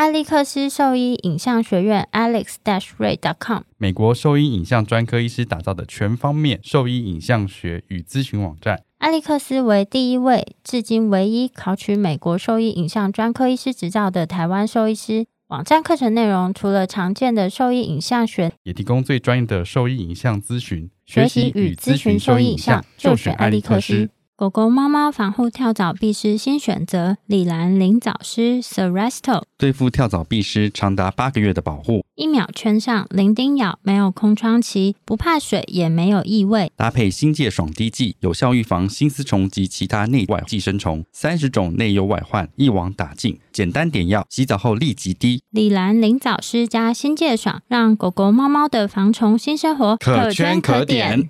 艾利克斯兽医影像学院 alex-ray.com， 美国兽医影像专科医师打造的全方面兽医影像学与咨询网站。 艾利克斯为第一位，至今唯一考取美国兽医影像专科医师执照的台湾兽医师。网站课程内容除了常见的兽医影像学， 也提供最专业的兽医影像咨询。 学习与咨询兽医影像，就选艾利克斯。狗狗、猫猫防护跳蚤壁虱新选择李兰灵藻虱 Seresto， 对付跳蚤壁虱长达8个月的保护 ，1秒圈上，零叮咬，没有空窗期，不怕水，也没有异味。 搭配新界爽滴剂，有效预防新丝虫及其他内外寄生虫，30种内忧外患一网打尽，简单点药，洗澡后立即滴。 李兰灵藻虱加新界爽，让狗狗、猫猫的防虫新生活可圈可点。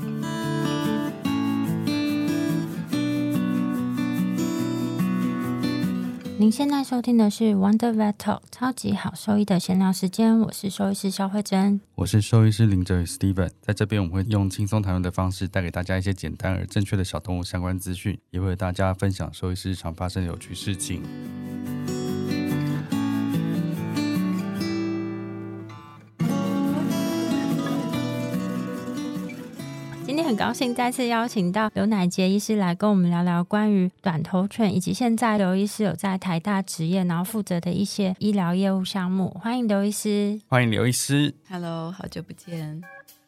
您现在收听的是 Wonder Vet Talk 超级好兽医的闲聊时间，我是兽医师肖慧珍， 我是兽医师林哲宇 Steven。 在这边我们会用轻松谈论的方式带给大家一些简单而正确的小动物相关资讯，也会和大家分享兽医师日常发生的有趣事情。 今天很高兴再次邀请到刘乃杰医师来跟我们聊聊关于短头犬，以及现在刘医师有在台大执业，然后负责的一些医疗业务项目。欢迎刘医师。 欢迎刘医师。 Hello， 好久不见。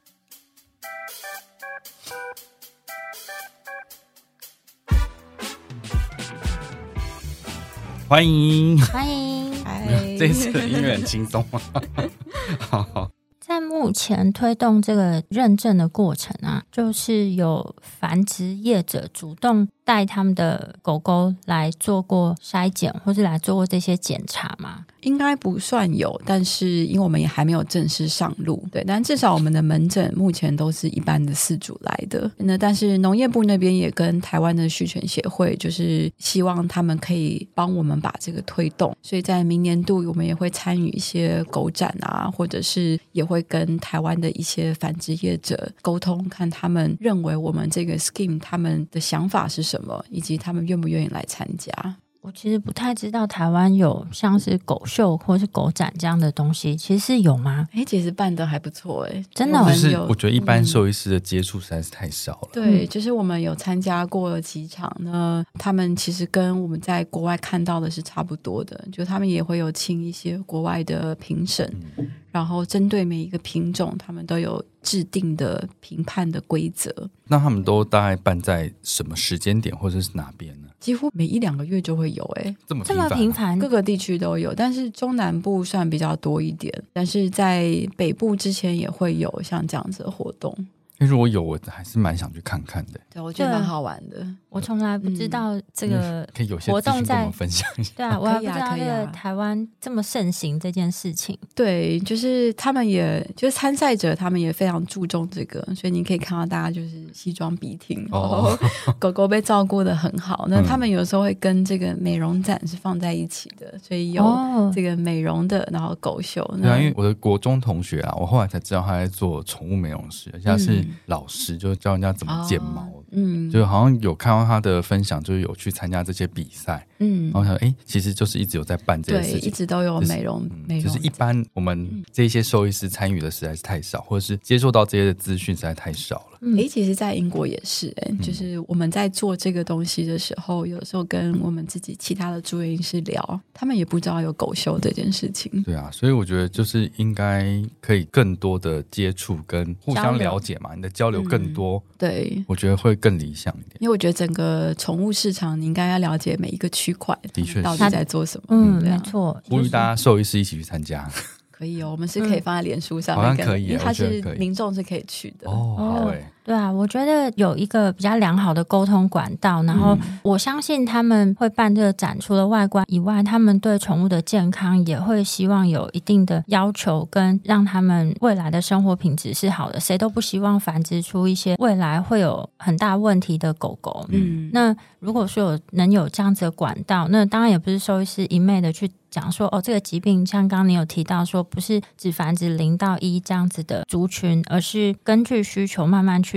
欢迎欢迎。 这一次的音乐很轻松吗？好， 在目前推动这个认证的过程啊，就是有繁殖业者主动带他们的狗狗来做过筛检，或是来做过这些检查吗？ 应该不算有，但是因为我们也还没有正式上路，对，但至少我们的门诊目前都是一般的饲主来的。那但是农业部那边也跟台湾的畜犬协会，就是希望他们可以帮我们把这个推动，所以在明年度我们也会参与一些狗展啊，或者是也会跟台湾的一些繁殖业者沟通，看他们认为我们这个 scheme 他们的想法是什么，以及他们愿不愿意来参加。 我其实不太知道台湾有像是狗秀或是狗展这样的东西，其实是有吗？ 其实办得还不错真的就是我觉得一般兽医师的接触实在是太少了。 对，就是我们有参加过几场呢，他们其实跟我们在国外看到的是差不多的，就他们也会有请一些国外的评审，然后针对每一个品种他们都有制定的评判的规则。 那他们都大概办在什么时间点或者是哪边呢？ 几乎每1-2个月就会有这么频繁， 各个地区都有，但是中南部算比较多一点，但是在北部之前也会有像这样子的活动。 因为如果有，我还是蛮想去看看的。 对，我觉得蛮好玩的。 我从来不知道这个可以有些资讯跟我们分享一下。 对啊，我还不知道这个台湾这么盛行这件事情。 对，就是他们也就是参赛者，他们也非常注重这个，所以你可以看到大家就是西装笔挺，然后狗狗被照顾得很好。那他们有时候会跟这个美容展是放在一起的，所以有这个美容的，然后狗秀。 对啊，因为我的国中同学啊，我后来才知道他在做宠物美容师，而且他是老师，就教人家怎么剪毛。就好像有看到他的分享，就是有去参加这些比赛。然后想其实就是一直有在办这些事情， 对，一直都有美容。 就是一般我们这些兽医师参与的实在是太少，或者是接受到这些的资讯实在太少了。 其实在英国也是就是我们在做这个东西的时候，有时候跟我们自己其他的住院医师聊，他们也不知道有狗秀这件事情。 对啊，所以我觉得就是应该可以更多的接触跟互相了解嘛，你的交流更多， 对， 我觉得会更理想一点。 因为我觉得整个宠物市场你应该要了解每一个区块的确到底在做什么。 没错， 呼吁大家兽医师一起去参加。 可以我们是可以放在脸书上面， 好像可以， 因为它是民众是可以去的。 好对啊，我觉得有一个比较良好的沟通管道，然后我相信他们会办这个展，除了外观以外，他们对宠物的健康也会希望有一定的要求，跟让他们未来的生活品质是好的。谁都不希望繁殖出一些未来会有很大问题的狗狗。那如果说能有这样子的管道，那当然也不是兽医师一昧的去讲说这个疾病像刚刚你有提到说不是只繁殖0到1这样子的族群，而是根据需求慢慢去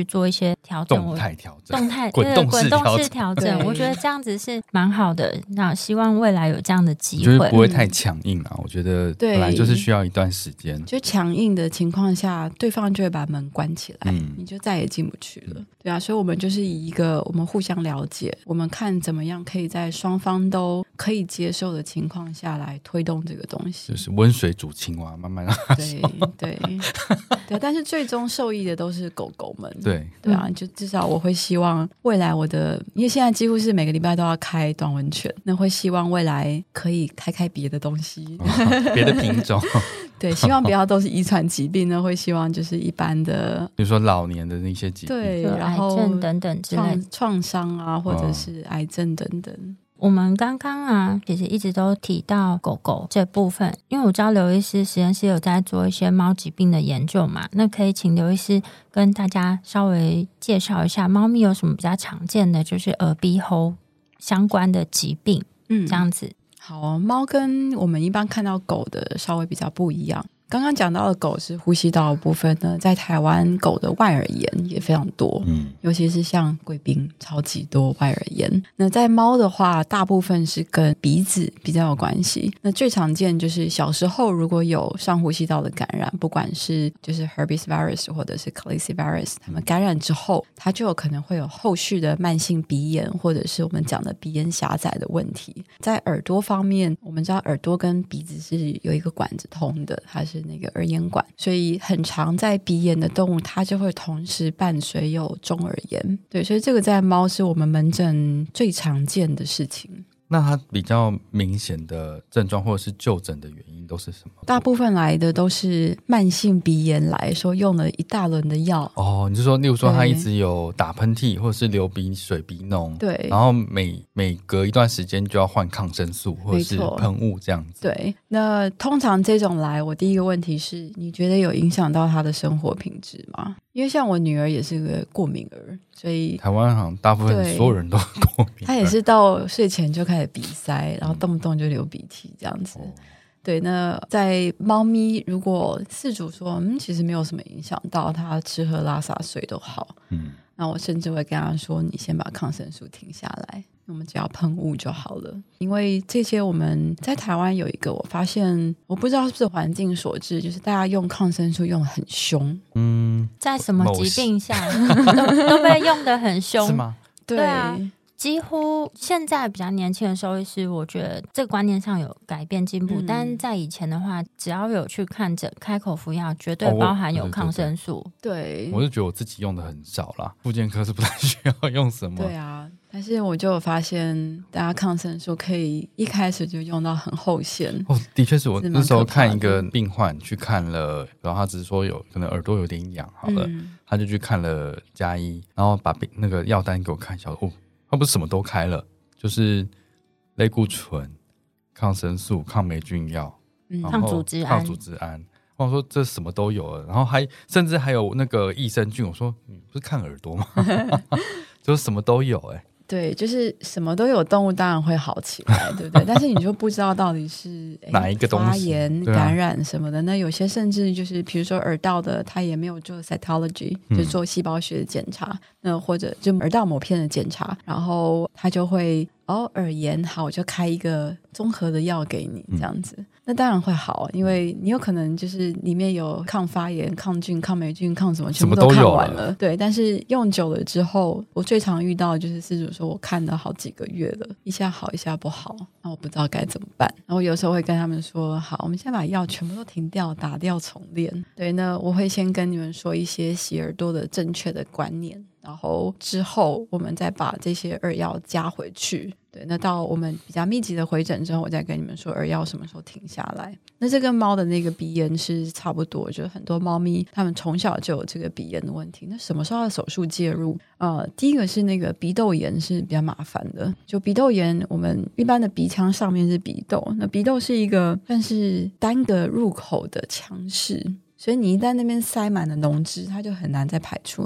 去做一些调整， 动态调整， 动态滚动式调整，我觉得这样子是蛮好的。那希望未来有这样的机会， 就是不会太强硬啊。我觉得本来就是需要一段时间， 就强硬的情况下，对方就会把门关起来，你就再也进不去了。对啊，所以我们就是以一个我们互相了解，我们看怎么样可以在双方都可以接受的情况下来推动这个东西， 就是温水煮青蛙，慢慢让它对对对，但是最终受益的都是狗狗们。 对啊，就至少我会希望未来因为现在几乎是每个礼拜都要开短温泉，那会希望未来可以开别的东西， 别的品种。 对，希望不要都是遗传疾病呢，会希望就是一般的， 比如说老年的那些疾病， 对，然后癌症等等之类创伤啊，或者是癌症等等。 我们刚刚其实一直都提到狗狗这部分，因为我知道刘医师实验室有在做一些猫疾病的研究嘛，那可以请刘医师跟大家稍微介绍一下猫咪有什么比较常见的就是耳鼻喉相关的疾病，这样子。 好，猫跟我们一般看到狗的稍微比较不一样。刚刚讲到的狗是呼吸道的部分呢，在台湾狗的外耳炎也非常多，尤其是像贵宾超级多外耳炎。那在猫的话，大部分是跟鼻子比较有关系。那最常见就是小时候如果有上呼吸道的感染，不管是就是 herpes virus 或者是 calicivirus， 它们感染之后，它就有可能会有后续的慢性鼻炎，或者是我们讲的鼻咽狭窄的问题。在耳朵方面，我们知道耳朵跟鼻子是有一个管子通的，它是那个耳咽管，所以很常在鼻炎的动物它就会同时伴随有中耳炎。对，所以这个在猫是我们门诊最常见的事情。 那它比较明显的症状或者是就诊的原因都是什么？ 大部分来的都是慢性鼻炎来说用了一大轮的药。 你是说例如说它一直有打喷嚏或者是流鼻水鼻脓， 对， 然后每隔一段时间就要换抗生素或者是喷雾这样子。 对，那通常这种来，我第一个问题是你觉得有影响到他的生活品质吗？因为像我女儿也是个过敏儿，所以台湾好像大部分所有人都过敏， 她也是到睡前就开始鼻塞，然后动不动就流鼻涕这样子。对，那在猫咪如果饲主说其实没有什么影响到它吃喝拉撒睡都好，那我甚至会跟他说你先把抗生素停下来，我们只要喷雾就好了。因为这些我们在台湾有一个我发现，我不知道是不是环境所致，就是大家用抗生素用得很凶。 在什么疾病下都被用得很凶是吗？ 对啊，几乎现在比较年轻的兽医师，我觉得这个观念上有改变进步，但在以前的话，只要有去看诊开口服药，绝对包含有抗生素。 对， 我就觉得我自己用的很少啦，复健科是不太需要用什么。 对啊，但是我就有发现大家抗生素可以一开始就用到很后线。 的确是我那时候看一个病患去看了，然后他只是说有可能耳朵有点痒好了，他就去看了家医，然后把那个药单给我看一下，他不是什么都开了，就是类固醇、抗生素、抗霉菌药、 抗组织胺。我说这什么都有了，然后甚至还有那个益生菌。我说你不是看耳朵吗？就是什么都有对，就是什么都有，动物当然会好起来，对不对？但是你就不知道到底是哪一个东西发炎、感染什么的。那有些甚至就是比如说耳道的，他也没有做 cytology，就做细胞学的检查，那或者就耳道膜片的检查，然后他就会耳炎，好，我就开一个综合的药给你这样子。那当然会好，因为你有可能就是里面有抗发炎、抗菌、抗霉菌、抗什么全部都看完了。对，但是用久了之后，我最常遇到的就是饲主说我看了好几个月了，一下好一下不好，那我不知道该怎么办。然后有时候会跟他们说，好，我们现在把药全部都停掉，打掉重练。对，那我会先跟你们说一些洗耳朵的正确的观念，然后之后我们再把这些耳药加回去。对，那到我们比较密集的回诊之后，我再跟你们说耳药什么时候停下来。那这跟猫的那个鼻炎是差不多，就很多猫咪它们从小就有这个鼻炎的问题。那什么时候要手术介入？第一个是那个鼻窦炎是比较麻烦的。就鼻窦炎，我们一般的鼻腔上面是鼻窦，那鼻窦是一个算是单个入口的腔室。所以你一旦那边塞满了脓汁，它就很难再排出来。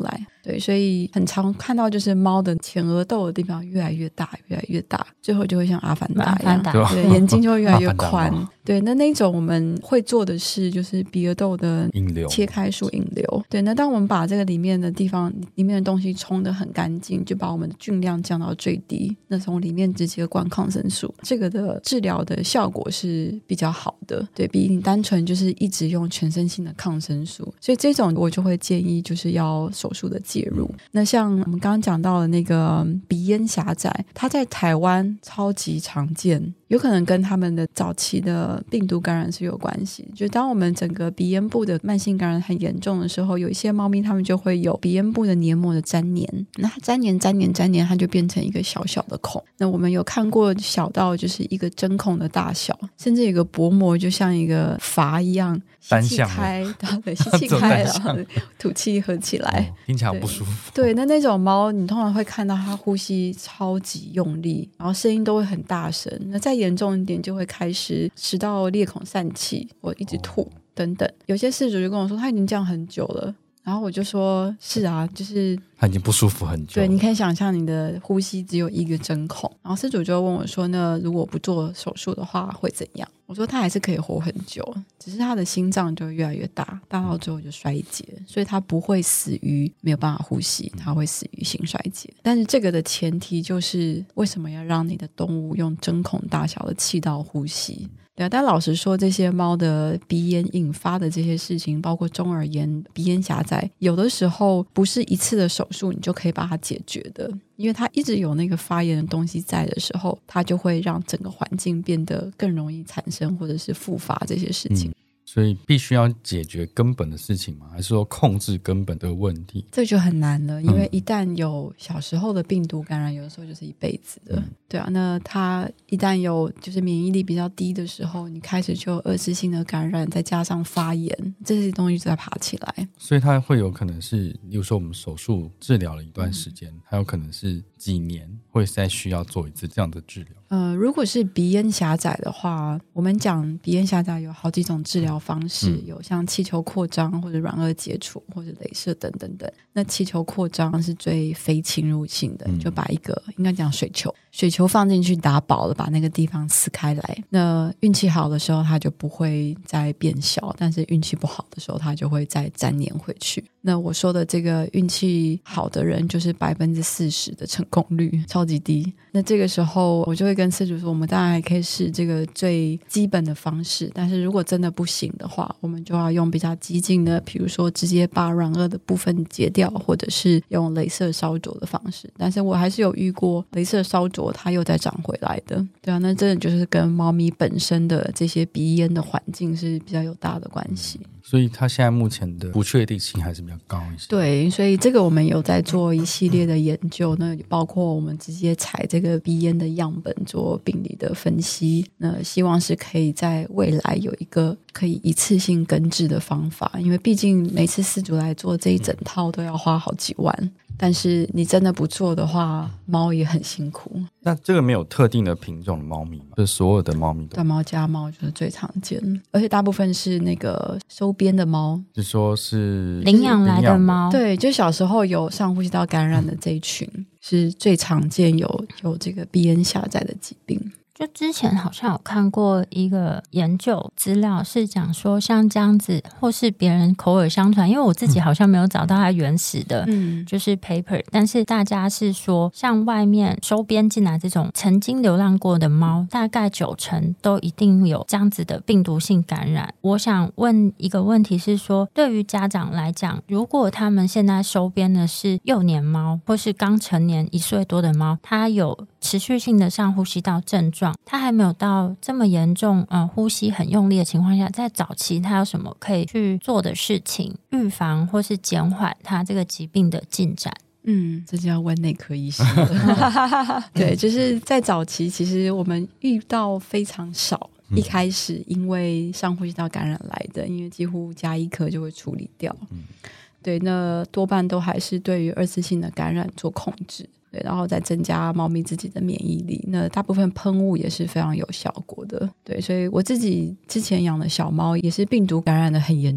对，所以很常看到就是猫的前额窦的地方越来越大越来越大，最后就会像阿凡达一样，对，眼睛就会越来越宽。对，那种我们会做的事就是鼻额窦的引流， 切开术引流。对，那当我们把这个里面的地方里面的东西冲得很干净，就把我们的菌量降到最低，那从里面直接灌抗生素，这个的治疗的效果是比较好的，对，比你单纯就是一直用全身性的抗生素。所以这种我就会建议就是要手术的介入。那像我们刚刚讲到的那个鼻咽狭窄，它在台湾超级常见，有可能跟他们的早期的病毒感染是有关系。就当我们整个鼻咽部的慢性感染很严重的时候，有一些猫咪它们就会有鼻咽部的黏膜的粘连，那它粘连它就变成一个小小的孔。那我们有看过小到就是一个针孔的大小，甚至有个薄膜就像一个阀一样，吸气开，对，吸气开然后吐气合起来， 听起来不舒服。 对，那种猫你通常会看到它呼吸超级用力，然后声音都会很大声，那再严重一点就会开始食道裂孔疝气或一直吐等等。有些饲主就跟我说他已经这样很久了，然后我就说是啊，就是他已经不舒服很久了。 对，你可以想象你的呼吸只有一个针孔，然后饲主就问我说那如果不做手术的话会怎样？我说他还是可以活很久，只是他的心脏就越来越大，大到最后就衰竭，所以他不会死于没有办法呼吸，他会死于心衰竭。但是这个的前提就是为什么要让你的动物用针孔大小的气道呼吸？对啊，但老实说这些猫的鼻炎引发的这些事情，包括中耳炎、鼻咽狭窄，有的时候不是一次的手术你就可以把它解决的，因为它一直有那个发炎的东西在的时候，它就会让整个环境变得更容易产生或者是复发这些事情。 所以必须要解决根本的事情吗？还是说控制根本的问题？ 这就很难了，因为一旦有小时候的病毒感染，有的时候就是一辈子的。对啊，那它一旦有就是免疫力比较低的时候，你开始就有二次性的感染，再加上发炎，这些东西就在爬起来。 所以它会有可能是，例如说我们手术治疗了一段时间，还有可能是几年会再需要做一次这样的治疗。 如果是鼻咽狭窄的话，我们讲鼻咽狭窄有好几种治疗方式，有像气球扩张或者软腭切除或者雷射等等等。那气球扩张是最非侵入性的，就把一个应该讲水球放进去打饱了，把那个地方撕开来。那运气好的时候它就不会再变小，但是运气不好的时候它就会再粘连回去。那我说的这个运气好的人就是40%的成功率，超级低。那这个时候我就会跟饲主说，我们当然还可以试这个最基本的方式，但是如果真的不行的话，我们就要用比较激进的，比如说直接把软腭的部分截掉，或者是用雷射烧灼的方式。但是我还是有遇过雷射烧灼它又再长回来的。对啊，那真的就是跟猫咪本身的这些鼻咽的环境是比较有大的关系。 所以它现在目前的不确定性还是比较高一些。 对，所以这个我们有在做一系列的研究，那包括我们直接采这个鼻咽的样本做病理的分析，那希望是可以在未来有一个可以一次性根治的方法，因为毕竟每次饲主来做这一整套都要花好几万，但是你真的不做的话，猫也很辛苦。 那这个没有特定的品种的猫咪吗？就是所有的猫咪都？ 短毛家猫就是最常见，而且大部分是那个收编的猫， 就说是领养来的猫。 对，就小时候有上呼吸道感染的这一群，是最常见有这个鼻咽狭窄的疾病。 就之前好像有看过一个研究资料，是讲说像这样子，或是别人口耳相传，因为我自己好像没有找到它原始的就是 paper，但是大家是说像外面收编进来这种曾经流浪过的猫，大概90%都一定有这样子的病毒性感染。我想问一个问题是说，对于家长来讲，如果他们现在收编的是幼年猫，或是刚成年1岁多的猫，它有持续性的上呼吸道症状，它还没有到这么严重呼吸很用力的情况下，在早期它有什么可以去做的事情，预防或是减缓它这个疾病的进展？ 这就要问内科医师了。对，就是在早期其实我们遇到非常少，一开始因为上呼吸道感染来的，因为几乎加医科就会处理掉。对，那多半都还是对于二次性的感染做控制，对，然后再增加猫咪自己的免疫力。那大部分喷雾也是非常有效果的。对，所以我自己之前养的小猫也是病毒感染的很严重，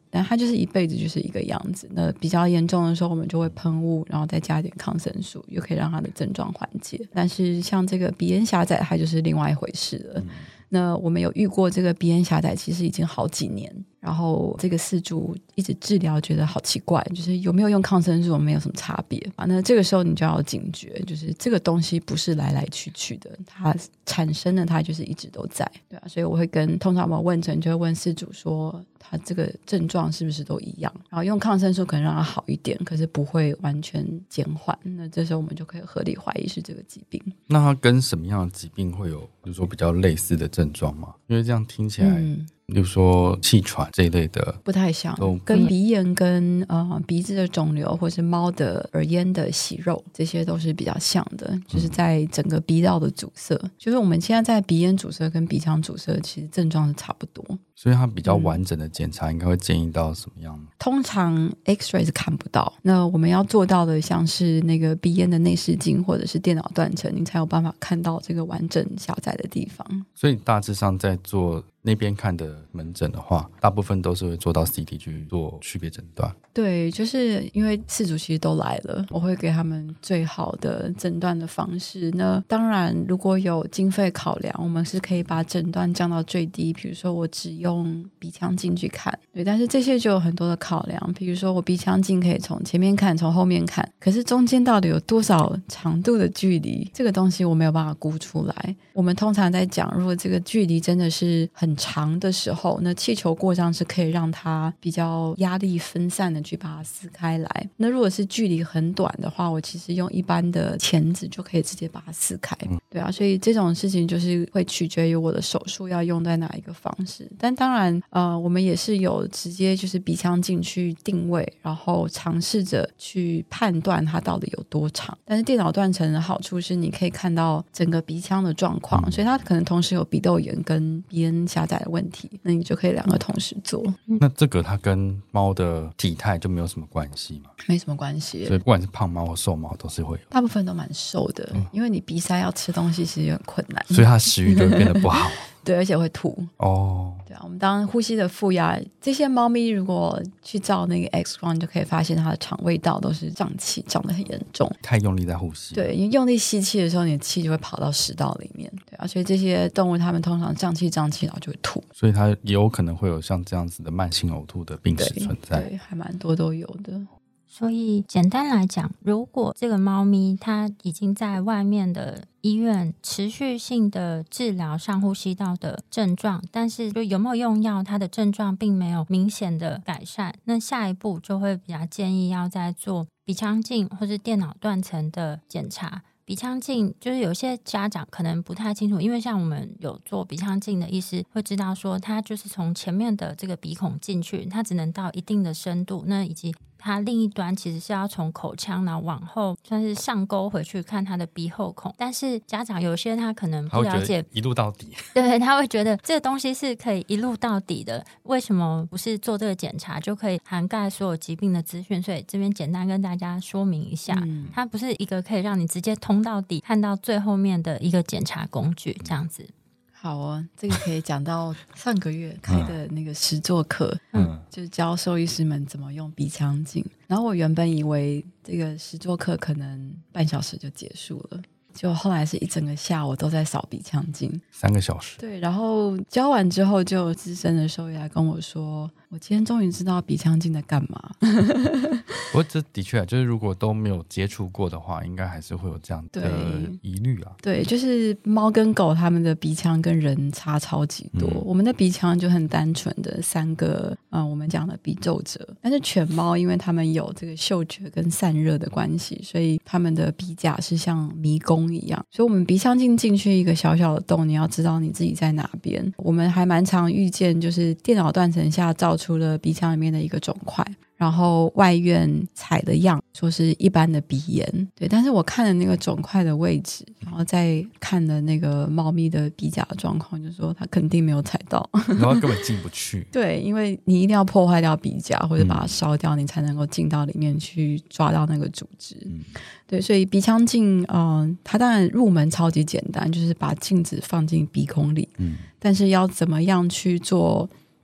但它就是一辈子就是一个样子。那比较严重的时候我们就会喷雾，然后再加一点抗生素，又可以让它的症状缓解。但是像这个鼻咽狭窄它就是另外一回事了。那我们有遇过这个鼻咽狭窄其实已经好几年，然后这个饲主一直治疗觉得好奇怪，就是有没有用抗生素没有什么差别啊。那这个时候你就要警觉，就是这个东西不是来来去去的，它产生的它就是一直都在，对啊。所以我会通常我们问诊就会问饲主说他这个症状是不是都一样，然后用抗生素可能让它好一点，可是不会完全减缓，那这时候我们就可以合理怀疑是这个疾病。 那它跟什么样的疾病会有比如说比较类似的症状吗？因为这样听起来比如说气喘这一类的不太像，跟鼻炎跟鼻子的肿瘤或是猫的耳咽的息肉这些都是比较像的，就是在整个鼻道的阻塞，就是我们现在在鼻咽阻塞跟鼻腔阻塞其实症状是差不多。 所以它比较完整的检查应该会建议到什么样？ 通常 X-ray 是看不到，那我们要做到的像是那个鼻咽的内视镜或者是电脑断层，你才有办法看到这个完整狭窄的地方。 所以大致上在做那边看的门诊的话，大部分都是会做到 CT 去做区别诊断。 对，就是因为饲主其实都来了，我会给他们最好的诊断的方式。那当然如果有经费考量，我们是可以把诊断降到最低，比如说我只用鼻腔镜去看，对，但是这些就有很多的考量，比如说我鼻腔镜可以从前面看从后面看，可是中间到底有多少长度的距离，这个东西我没有办法估出来。我们通常在讲如果这个距离真的是很长的时候，那气球过障是可以让它比较压力分散的去把它撕开来。那如果是距离很短的话，我其实用一般的钳子就可以直接把它撕开。对啊，所以这种事情就是会取决于我的手术要用在哪一个方式。但当然我们也是有直接就是鼻腔镜去定位，然后尝试着去判断它到底有多长。但是电脑断层的好处是你可以看到整个鼻腔的状况，所以它可能同时有鼻窦炎跟鼻咽狭窄的问题，那你就可以两个同时做。 那这个它跟猫的体态就没有什么关系吗？ 没什么关系， 所以不管是胖猫或瘦猫都是会有， 大部分都蛮瘦的，因为你鼻塞要吃东西其实也很困难， 所以它食欲就会变得不好对，而且会吐哦。 对啊，我们当呼吸的负压，这些猫咪如果去照那个 X 光，你就可以发现它的肠胃道都是胀气，胀得很严重， 太用力在呼吸。 对，因为用力吸气的时候，你的气就会跑到食道里面。对啊，所以这些动物它们通常胀气，然后就会吐， 所以它也有可能会有像这样子的慢性呕吐的病史存在。 对，还蛮多都有的。 所以简单来讲，如果这个猫咪它已经在外面的医院持续性的治疗上呼吸道的症状，但是就有没有用药，它的症状并没有明显的改善，那下一步就会比较建议要再做鼻腔镜或是电脑断层的检查。鼻腔镜就是有些家长可能不太清楚，因为像我们有做鼻腔镜的医师会知道说，它就是从前面的这个鼻孔进去，它只能到一定的深度，那以及它另一端其实是要从口腔然后往后算是上勾回去看它的鼻后孔。但是家长有些他可能不了解一路到底， 对，他会觉得这个东西是可以一路到底的，为什么不是做这个检查就可以涵盖所有疾病的资讯？所以这边简单跟大家说明一下，它不是一个可以让你直接通到底看到最后面的一个检查工具这样子。 好哦，这个可以讲到上个月开的那个实作课，就是教兽医师们怎么用鼻腔镜。然后我原本以为这个实作课可能半小时就结束了，就后来是一整个下午都在扫鼻腔镜 3个小时。 对，然后教完之后，就资深的兽医来跟我说，我今天终于知道鼻腔镜在干嘛。 不过这的确就是如果都没有接触过的话，应该还是会有这样的疑虑啊。 对，就是猫跟狗它们的鼻腔跟人差超级多，我们的鼻腔就很单纯的3个我们讲的鼻皱褶，但是犬猫因为它们有这个嗅觉跟散热的关系，所以它们的鼻甲是像迷宫一样，所以我们鼻腔镜进去一个小小的洞，你要知道你自己在哪边。我们还蛮常遇见就是电脑断层下照出了鼻腔里面的一个肿块，然后外院采的样说是一般的鼻炎，对，但是我看了那个肿块的位置，然后再看了那个猫咪的鼻甲的状况，就说它肯定没有采到， 然后根本进不去。对， 因为你一定要破坏掉鼻甲或者把它烧掉，你才能够进到里面去抓到那个组织。对，所以鼻腔镜它当然入门超级简单，就是把镜子放进鼻孔里，但是要怎么样去做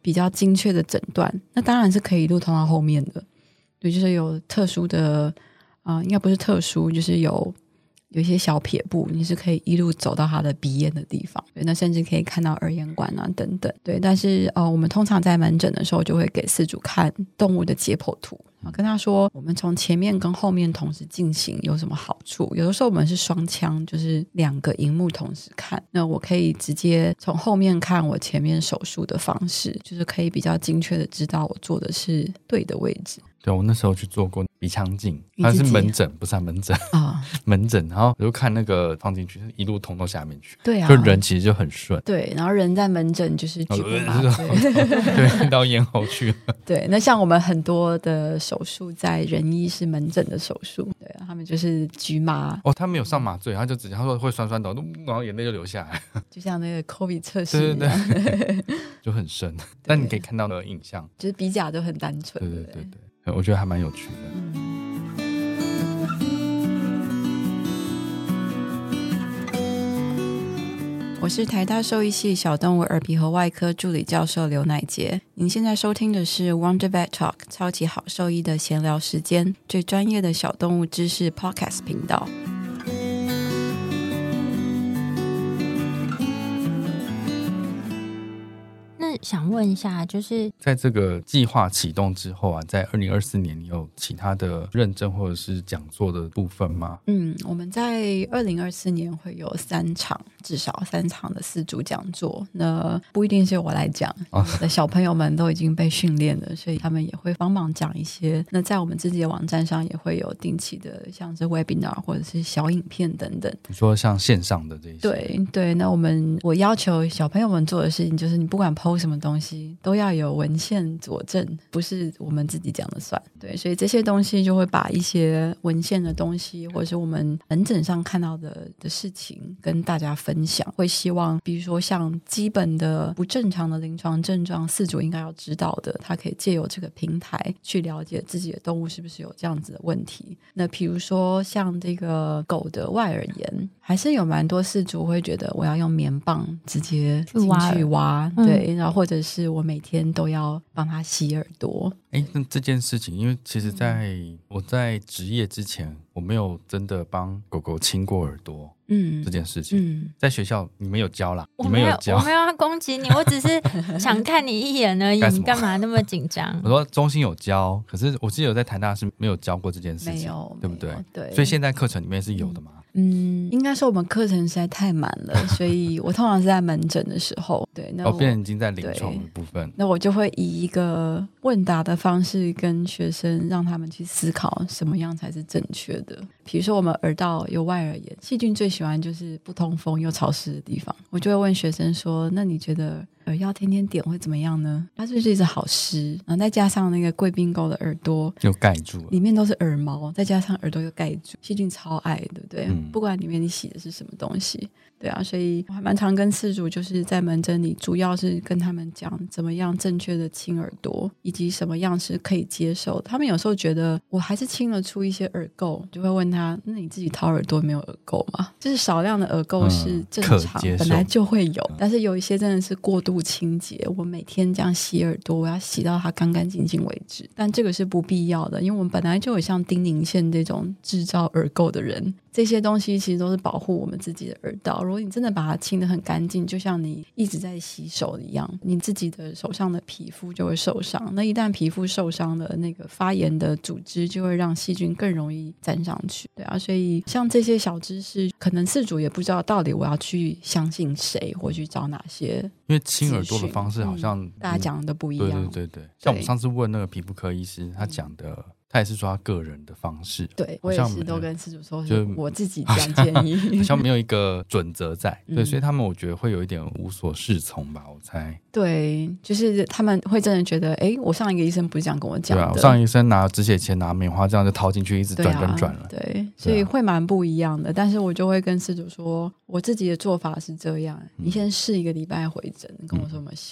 比较精确的诊断，那当然是可以一路通到后面的。对，就是有特殊的应该不是特殊，就是有一些小撇步，你是可以一路走到他的鼻咽的地方，对，那甚至可以看到耳咽管啊等等。对，但是我们通常在门诊的时候就会给饲主看动物的解剖图，跟他说我们从前面跟后面同时进行有什么好处。有的时候我们是双枪，就是2个萤幕同时看，那我可以直接从后面看我前面手术的方式，就是可以比较精确的知道我做的是对的位置。 对，我那时候去做过鼻腔镜，它是门诊，不是门诊啊，门诊，然后我就看那个放进去，一路通到下面去， 对啊， 就人其实就很顺， 对，然后人在门诊就是局部麻醉， 对，到咽喉去了。 对，那像我们很多的手术在人医是门诊的手术，对啊，他们就是局麻。 他没有上麻醉，他就直接他说会酸酸的，然后眼泪就流下来， 就像那个 COVID 测试， 对，就很深。但你可以看到的影像， 就是鼻甲都很单纯， 对，我觉得还蛮有趣的。 我是台大兽医系小动物耳鼻喉外科助理教授刘乃杰。您现在收听的是 Wonder Vet Talk 超级好兽医的闲聊时间，最专业的小动物知识 Podcast 频道。 想问一下，就是在这个计划启动之后啊，在2024年你有其他的认证或者是讲座的部分吗？ 我们在2024年会有3场，至少3场的饲主讲座。那不一定是我来讲，我的小朋友们都已经被训练了，所以他们也会帮忙讲一些。那在我们自己的网站上也会有定期的，像是 webinar 或者是小影片等等。 你说像线上的这些？ 对。那我要求小朋友们做的事情就是，你不管 PO 什么东西都要有文献佐证，不是我们自己讲的算。对，所以这些东西就会把一些文献的东西，或者是我们门诊上看到的事情跟大家分享。会希望比如说像基本的不正常的临床症状，饲主应该要知道的，他可以借由这个平台去了解自己的动物是不是有这样子的问题。那比如说像这个狗的外耳炎，还是有蛮多饲主会觉得我要用棉棒直接进去挖，对，然后或者是我每天都要帮他洗耳朵。 那这件事情，因为其实我在职业之前，我没有真的帮狗狗清过耳朵。这件事情，在学校你们有教啦？你们有教？ 我没有要攻击你，我只是想看你一眼而已。你干嘛那么紧张？ 我说中心有教，可是我记得有在台大是没有教过这件事情，没有，对不对？对，所以现在课程里面是有的吗？ 应该说我们课程实在太满了，所以我通常是在门诊的时候，对，那变成已经在临床的部分， 那我就会以一个问答的方式跟学生让他们去思考什么样才是正确的。比如说我们耳道有外耳炎，细菌最喜欢就是不通风又潮湿的地方，我就会问学生说，那你觉得耳药天天点会怎么样呢？它就是一直好湿，然后再加上那个贵宾狗的耳朵又盖住了， 里面都是耳毛，再加上耳朵又盖住，细菌超爱，对不对？不管里面你洗的是什么东西，对啊，所以我还蛮常跟饲主就是在门诊里，主要是跟他们讲怎么样正确的清耳朵，以及什么样是可以接受。他们有时候觉得我还是清了出一些耳垢，就会问他，那你自己掏耳朵没有耳垢吗？就是少量的耳垢是正常，本来就会有，但是有一些真的是过度清洁，我每天这样洗耳朵，我要洗到它干干净净为止，但这个是不必要的，因为我们本来就有像丁宁线这种制造耳垢的人，这些东西其实都是保护我们自己的耳道。如果你真的把它清得很干净，就像你一直在洗手一样，你自己的手上的皮肤就会受伤，那一旦皮肤受伤了，那个发炎的组织就会让细菌更容易沾上去，对啊，所以像这些小知识，可能饲主也不知道到底我要去相信谁或去找哪些， 因为清耳朵的方式好像大家讲的不一样。 对，像我们上次问那个皮肤科医师，他讲的他也是说他个人的方式， 对，我也是都跟饲主说就我自己讲建议， 好像没有一个准则在，对，所以他们我觉得会有一点无所适从吧，我猜。 对，就是他们会真的觉得，我上一个医生不是这样跟我讲的， 我上一个医生拿止血钳拿棉花这样就掏进去，一直转了， 对，所以会蛮不一样的。但是我就会跟饲主说，我自己的做法是这样，你先试1个礼拜回诊，跟我说有没有效。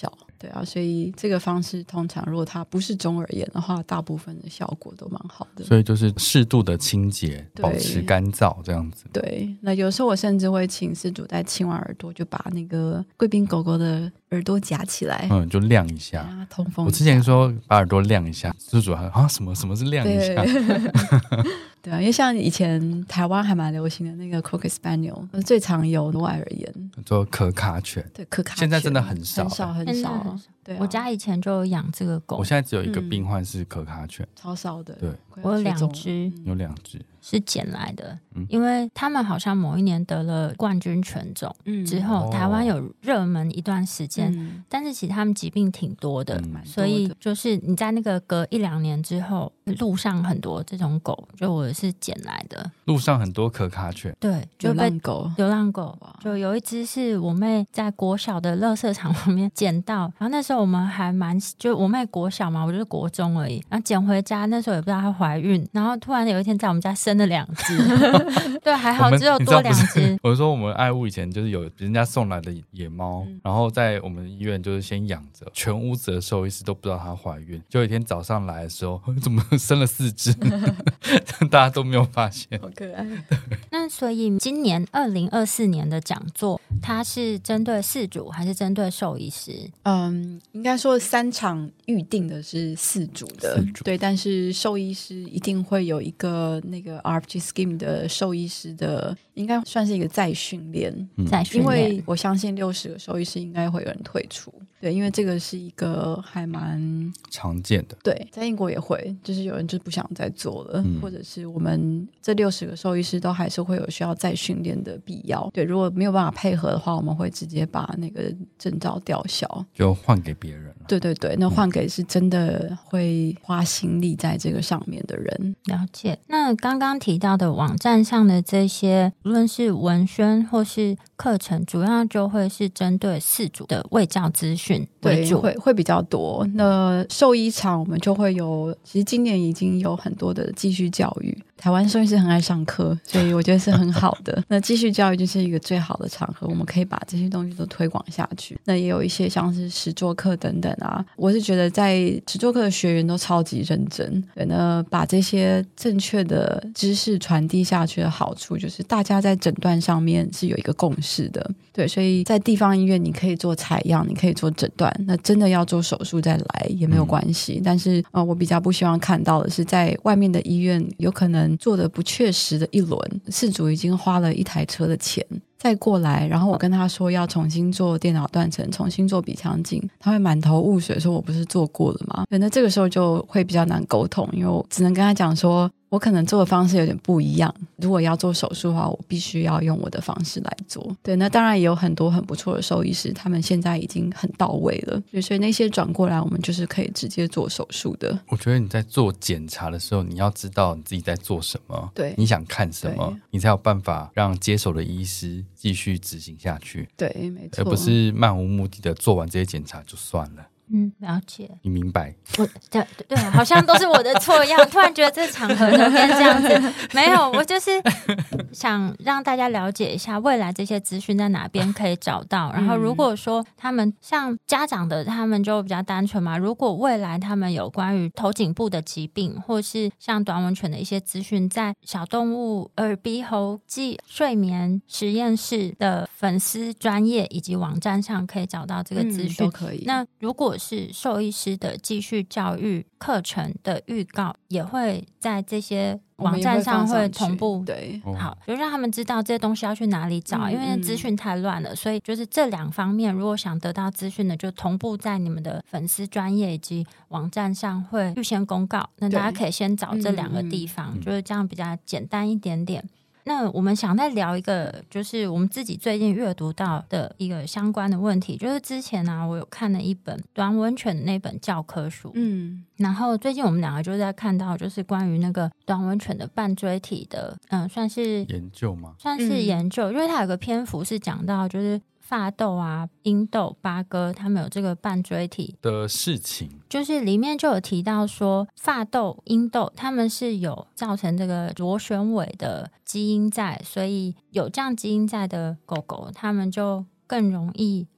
对啊，所以这个方式通常如果它不是中耳炎的话，大部分的效果都蛮好的。 所以就是适度的清洁，保持干燥这样子。 对，那有时候我甚至会请饲主在清完耳朵就把那个贵宾狗狗的耳朵夹起来， 就晾一下， 通风。 我之前说把耳朵晾一下，饲主还什么是晾一下？ 对啊，因为像以前台湾还蛮流行的那个 Cocker Spaniel， 最常有外耳炎， 做可卡犬。 对，可卡犬现在真的很少， 很少。对啊， 我家以前就有养这个狗， 我现在只有一个病患是可卡犬， 超少的。 对， 我有2只， 有2只是捡来的，因为他们好像某一年得了冠军犬种，之后台湾有热门一段时间，但是其实他们疾病挺多的，所以就是你在那个隔1-2年之后，路上很多这种狗，就我是捡来的， 路上很多可卡犬， 对，就被流浪狗，就有一只是我妹在国小的垃圾场旁边捡到，然后那时候我们还就我妹国小嘛，我就是国中而已，然后捡回家，那时候也不知道她怀孕，然后突然有一天在我们家生了2只，对，还好只有多2只。 我说我们爱物以前就是有人家送来的野猫，然后在我们医院就是先养着，全屋子的兽医师都不知道她怀孕，就有一天早上来的时候，怎么生了4只，大家都没有发现， 好可爱。 那所以今年2024年的讲座，它是针对饲主还是针对兽医师？ 应该说3场预定的是饲主的，对，但是兽医师一定会有一个那个 RFG Scheme 的兽医师的，应该算是一个再训练，因为我相信60个兽医师应该会有人退出，对，因为这个是一个还蛮常见的， 对，在英国也会，就是有人就不想再做了，或者是我们这60个兽医师都还是会有需要再训练的必要，对，如果没有办法配合的话，我们会直接把那个证照吊销， 就换给别人了。 对对对，那换给是真的会花心力在这个上面的人。 了解。那刚刚提到的网站上的这些，无论是文宣或是课程，主要就会是针对饲主的卫教资讯为主， 对，会比较多。那兽医场我们就会有，其实今年已经有很多的继续教育。台湾兽医师很爱上课，所以我觉得是很好的。那继续教育就是一个最好的场合，我们可以把这些东西都推广下去。那也有一些像是实作课等等啊，我是觉得在实作课的学员都超级认真。对，那把这些正确的知识传递下去的好处，就是大家在诊断上面是有一个共识的。对，所以在地方医院你可以做采样，你可以做诊断，那真的要做手术再来也没有关系。但是我比较不希望看到的是，在外面的医院有可能做的不确实的一轮，饲主已经花了1台车的钱再过来，然后我跟他说要重新做电脑断层，重新做鼻腔镜，他会满头雾水说我不是做过了吗？对，那这个时候就会比较难沟通，因为我只能跟他讲说我可能做的方式有点不一样，如果要做手术的话，我必须要用我的方式来做。对，那当然也有很多很不错的兽医师，他们现在已经很到位了，所以那些转过来我们就是可以直接做手术的。 我觉得你在做检查的时候，你要知道你自己在做什么， 对， 你想看什么，你才有办法让接手的医师继续执行下去。 对，没错， 而不是漫无目的的做完这些检查就算了。 了解， 你明白？ 对，好像都是我的错一样。突然觉得这场合就变这样子，没有，我就是想让大家了解一下未来这些资讯在哪边可以找到。然后如果说他们像家长的，他们就比较单纯嘛。如果未来他们有关于头颈部的疾病，或是像短吻犬的一些资讯，在小动物耳鼻喉暨睡眠实验室的粉丝专页以及网站上可以找到这个资讯， 都可以。 那如果是兽医师的继续教育课程的预告，也会在这些网站上会同步。 对， 好，就让他们知道这些东西要去哪里找，因为资讯太乱了，所以就是这2方面，如果想得到资讯的，就同步在你们的粉丝专页以及网站上会预先公告，那大家可以先找这2个地方，就是这样比较简单一点点。那我们想再聊一个，就是我们自己最近阅读到的一个相关的问题，就是之前啊，我有看了一本短吻犬的那本教科书，然后最近我们2个就在看到，就是关于那个短吻犬的半椎体的，算是研究吗？ 算是研究，因为它有个篇幅是讲到就是发豆啊、英豆、八哥他们有这个半椎体的事情， 就是里面就有提到说，发豆、英豆他们是有造成这个螺旋尾的基因在，所以有这样基因在的狗狗，他们就更容易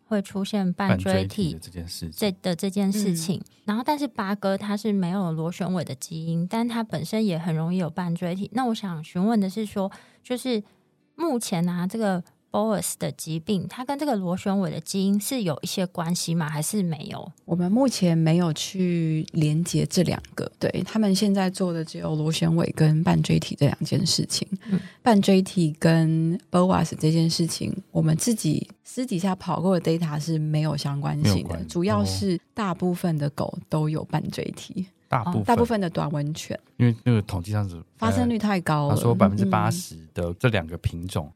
会出现半椎体的这件事情，然后但是八哥它是没有螺旋尾的基因，但它本身也很容易有半椎体。那我想询问的是说，就是目前啊这个BOAS 的疾病，它跟这个螺旋尾的基因是有一些关系吗？还是没有？ 我们目前没有去连接这两个，对，他们现在做的只有螺旋尾跟半椎体这两件事情。半椎体跟 BOAS 这件事情，我们自己私底下跑过的 data 是没有相关性的，主要是大部分的狗都有半椎体。大部分的短吻犬， 因为那个统计上是发生率太高了， 他说80%的这两个品种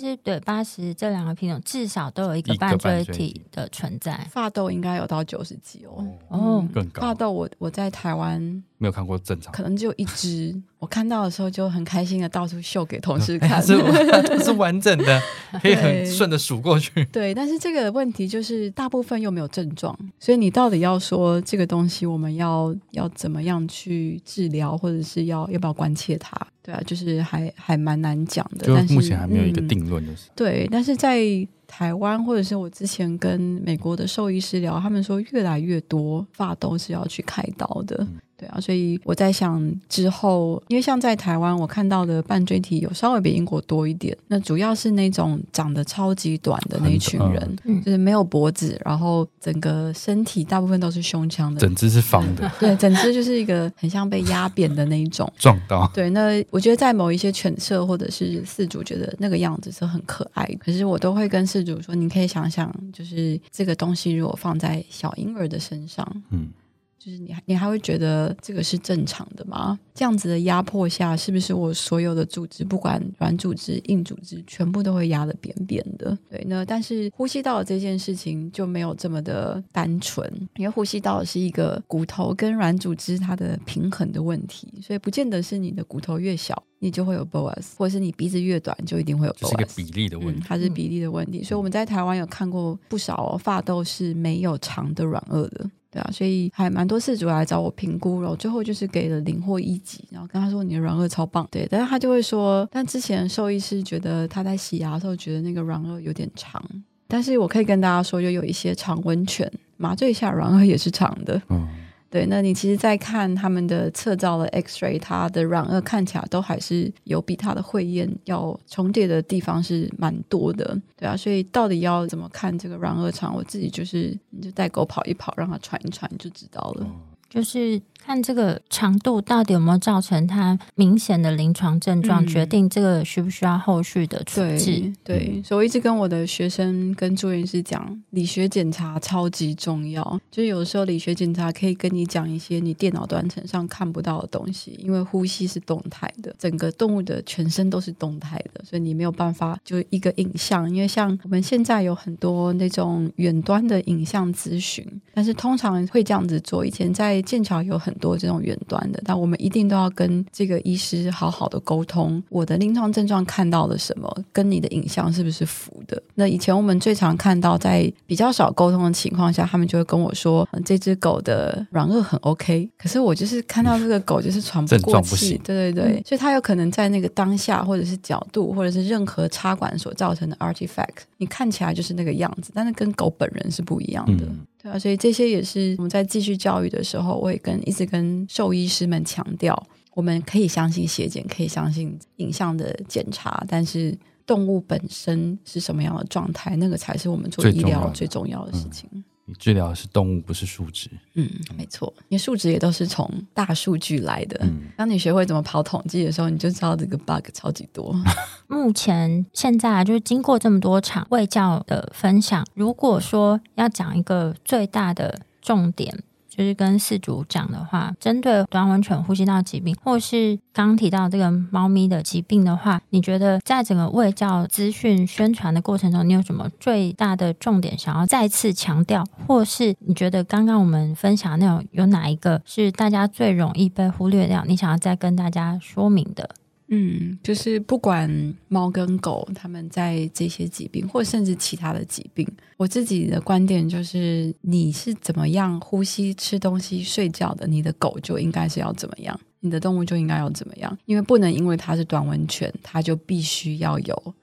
，80%这两个品种至少都有一个半椎体的存在。 法斗应该有到90几哦， 更高。 法斗我在台湾没有看过正常， 可能只有一只。我看到的时候就很开心的到处秀给同事看， 是完整的，可以很顺的数过去。 对，但是这个问题就是大部分又没有症状，所以你到底要说这个东西我们要怎么样去治疗，或者是要不要关切它？对啊，就是还蛮难讲的， 就目前还没有一个定论的。 对，但是在台湾或者是我之前跟美国的兽医师聊，他们说越来越多法斗是要去开刀的。对啊，所以我在想之后，因为像在台湾我看到的半椎体有稍微比英国多一点，那主要是那种长得超级短的那群人，就是没有脖子，然后整个身体大部分都是胸腔的， 整只是方的， 对，整只就是一个很像被压扁的那一种撞到。 对，那我觉得在某一些犬舍或者是饲主觉得那个样子是很可爱，可是我都会跟饲主说，你可以想想，就是这个东西如果放在小婴儿的身上，就是你还会觉得这个是正常的吗？这样子的压迫下，是不是我所有的组织，不管软组织、硬组织，全部都会压得扁扁的？对，那但是呼吸道的这件事情就没有这么的单纯，因为呼吸道是一个骨头跟软组织它的平衡的问题，所以不见得是你的骨头越小你就会有 BOAS， 或者是你鼻子越短就一定会有 BOAS， 就是一个比例的问题， 它是比例的问题。所以我们在台湾有看过不少法斗是没有长的软腭的。对啊，所以还蛮多饲主来找我评估，然后最后就是给了0或1级，然后跟他说你的软腭超棒。对，但是他就会说，但之前兽医师觉得他在洗牙的时候觉得那个软腭有点长，但是我可以跟大家说，就有一些长吻犬麻醉下软腭也是长的。对，那你其实在看他们的侧照的 X-ray， 它的软腭看起来都还是有比它的会厌要重叠的地方是蛮多的。对啊，所以到底要怎么看这个软腭长，我自己就是你就带狗跑一跑，让它喘一喘就知道了。 就是看这个长度到底有没有造成它明显的临床症状，决定这个需不需要后续的处置。 对，所以我一直跟我的学生跟住院师讲，理学检查超级重要。就是有的时候理学检查可以跟你讲一些你电脑断层上看不到的东西，因为呼吸是动态的，整个动物的全身都是动态的，所以你没有办法就一个影像。因为像我们现在有很多那种远端的影像咨询，但是通常会这样子做。以前在剑桥有很多这种远端的，但我们一定都要跟这个医师好好的沟通，我的临床症状看到了什么，跟你的影像是不是符的。那以前我们最常看到在比较少沟通的情况下，他们就会跟我说这只狗的软腭很 OK， 可是我就是看到这个狗就是喘不过气，对对对，所以它有可能在那个当下或者是角度或者是任何插管所造成的 artifact， 你看起来就是那个样子，但是跟狗本人是不一样的。对啊，所以这些也是我们在继续教育的时候，我也一直跟兽医师们强调，我们可以相信血检，可以相信影像的检查，但是动物本身是什么样的状态，那个才是我们做医疗最重要的事情。 你治疗的是动物，不是数值。 没错，因为数值也都是从大数据来的。当你学会怎么跑统计的时候，你就知道这个 bug 超级多。 目前现在就是经过这么多场卫教的分享，如果说要讲一个最大的重点，就是跟饲主讲的话，针对短吻犬呼吸道疾病或是刚刚提到这个猫咪的疾病的话，你觉得在整个卫教资讯宣传的过程中，你有什么最大的重点想要再次强调，或是你觉得刚刚我们分享的内容有哪一个是大家最容易被忽略掉，你想要再跟大家说明的？ 就是不管猫跟狗他们在这些疾病或甚至其他的疾病，我自己的观点就是你是怎么样呼吸吃东西睡觉的，你的狗就应该是要怎么样，你的动物就应该要怎么样。因为不能因为它是短吻犬它就必须要有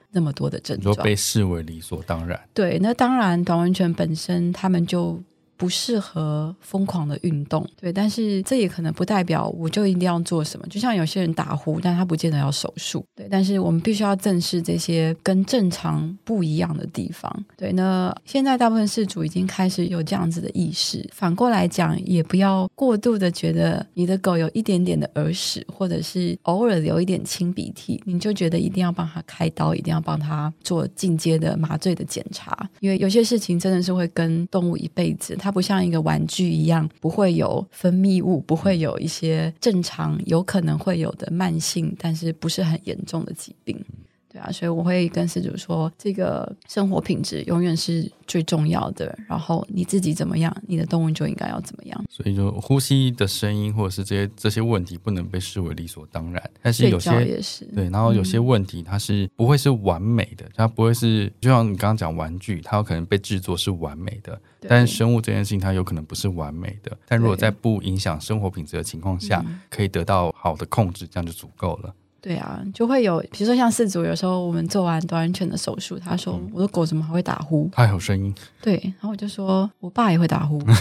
那么多的症状， 你说被视为理所当然。 对，那当然短吻犬本身他们就不适合疯狂的运动，对，但是这也可能不代表我就一定要做什么，就像有些人打呼，但他不见得要手术，对，但是我们必须要正视这些跟正常不一样的地方，对，那现在大部分饲主已经开始有这样子的意识，反过来讲，也不要过度的觉得你的狗有一点点的耳屎，或者是偶尔有一点清鼻涕，你就觉得一定要帮他开刀，一定要帮他做进阶的麻醉的检查，因为有些事情真的是会跟动物一辈子，它不像一个玩具一样，不会有分泌物，不会有一些正常有可能会有的慢性但是不是很严重的疾病。对啊，所以我会跟饲主说，这个生活品质永远是最重要的，然后你自己怎么样，你的动物就应该要怎么样。 所以就呼吸的声音或者是这些问题不能被视为理所当然，但是有些睡觉也是对，然后有些问题它是不会是完美的，它不会是就像你刚刚讲玩具，它有可能被制作是完美的，但是生物这件事情它有可能不是完美的，但如果在不影响生活品质的情况下，可以得到好的控制，这样就足够了。 对啊，就会有比如说像饲主有时候我们做完短吻犬的手术，他说我的狗怎么还会打呼， 它有声音， 对，然后我就说我爸也会打呼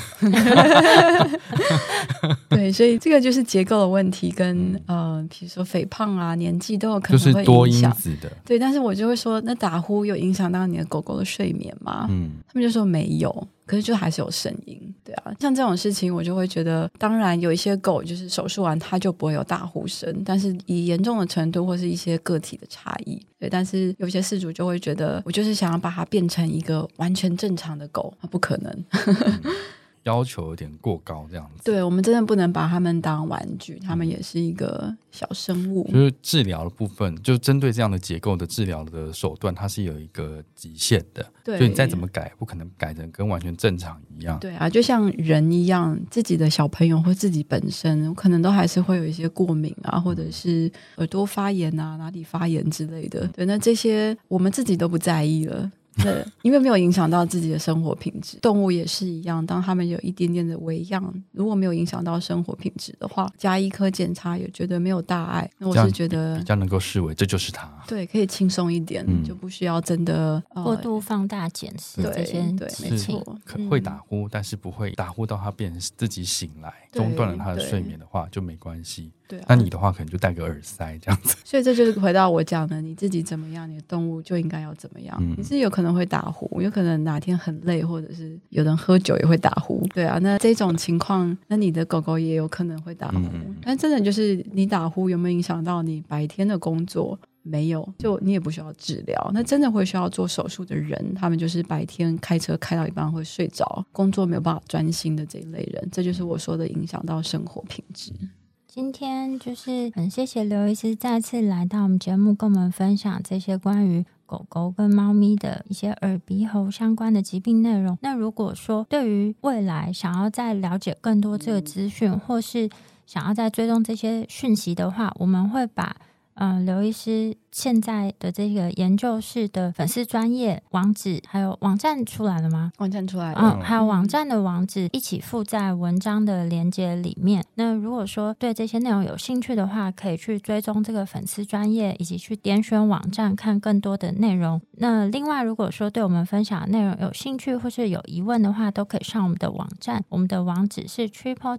对，所以这个就是结构的问题跟比如说肥胖啊年纪都有可能会影响， 就是多因子的。 对，但是我就会说那打呼有影响到你的狗狗的睡眠吗？他们就说没有，可是就还是有声音。对啊，像这种事情我就会觉得，当然有一些狗就是手术完它就不会有打呼声，但是以严重的程度或是一些个体的差异，对，但是有些饲主就会觉得我就是想要把它变成一个完全正常的狗，不可能要求有点过高这样子。 对，我们真的不能把他们当玩具，他们也是一个小生物。 就是治疗的部分，就针对这样的结构的治疗的手段，它是有一个极限的。对，就你再怎么改，不可能改成跟完全正常一样。 对啊，就像人一样，自己的小朋友或自己本身，可能都还是会有一些过敏啊，或者是耳朵发炎啊、哪里发炎之类的。对，那这些我们自己都不在意了。对，因为没有影响到自己的生活品质，动物也是一样，当他们有一点点的微恙，如果没有影响到生活品质的话，加医科检查也觉得没有大碍，那我是觉得比较能够视为这就是它， 对，可以轻松一点，就不需要真的过度放大检视这些没错， 会打呼，但是不会打呼到它变成自己醒来，中断了它的睡眠的话就没关系。对啊，那你的话可能就戴个耳塞这样子。 所以这就是回到我讲的，你自己怎么样，你的动物就应该要怎么样。你自己有可能会打呼，有可能哪天很累，或者是有人喝酒也会打呼。对啊，那这种情况，那你的狗狗也有可能会打呼。但真的就是你打呼有没有影响到你白天的工作？没有，就你也不需要治疗。那真的会需要做手术的人，他们就是白天开车开到一半会睡着，工作没有办法专心的这一类人，这就是我说的影响到生活品质。 今天就是很谢谢刘医师再次来到我们节目，跟我们分享这些关于狗狗跟猫咪的一些耳鼻喉相关的疾病内容。那如果说对于未来想要再了解更多这个资讯，或是想要再追踪这些讯息的话，我们会把刘医师现在的这个研究室的粉丝专页网址还有网站出来了吗？ 网站出来了， 还有网站的网址一起附在文章的连结里面。那如果说对这些内容有兴趣的话，可以去追踪这个粉丝专页，以及去点选网站看更多的内容。那另外如果说对我们分享的内容有兴趣或是有疑问的话，都可以上我们的网站，我们的网址是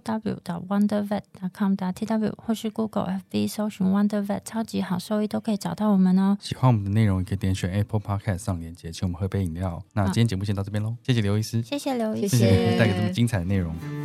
www.wondervet.com.tw 或是 Google FB 搜寻 Wondervet 超级好兽医都可以找到我们哦。 喜欢我们的内容也可以点选 Apple Podcast 上连结，请我们喝杯饮料。那今天节目先到这边咯，谢谢刘医师， 谢谢刘医师， 谢谢带给这么精彩的内容。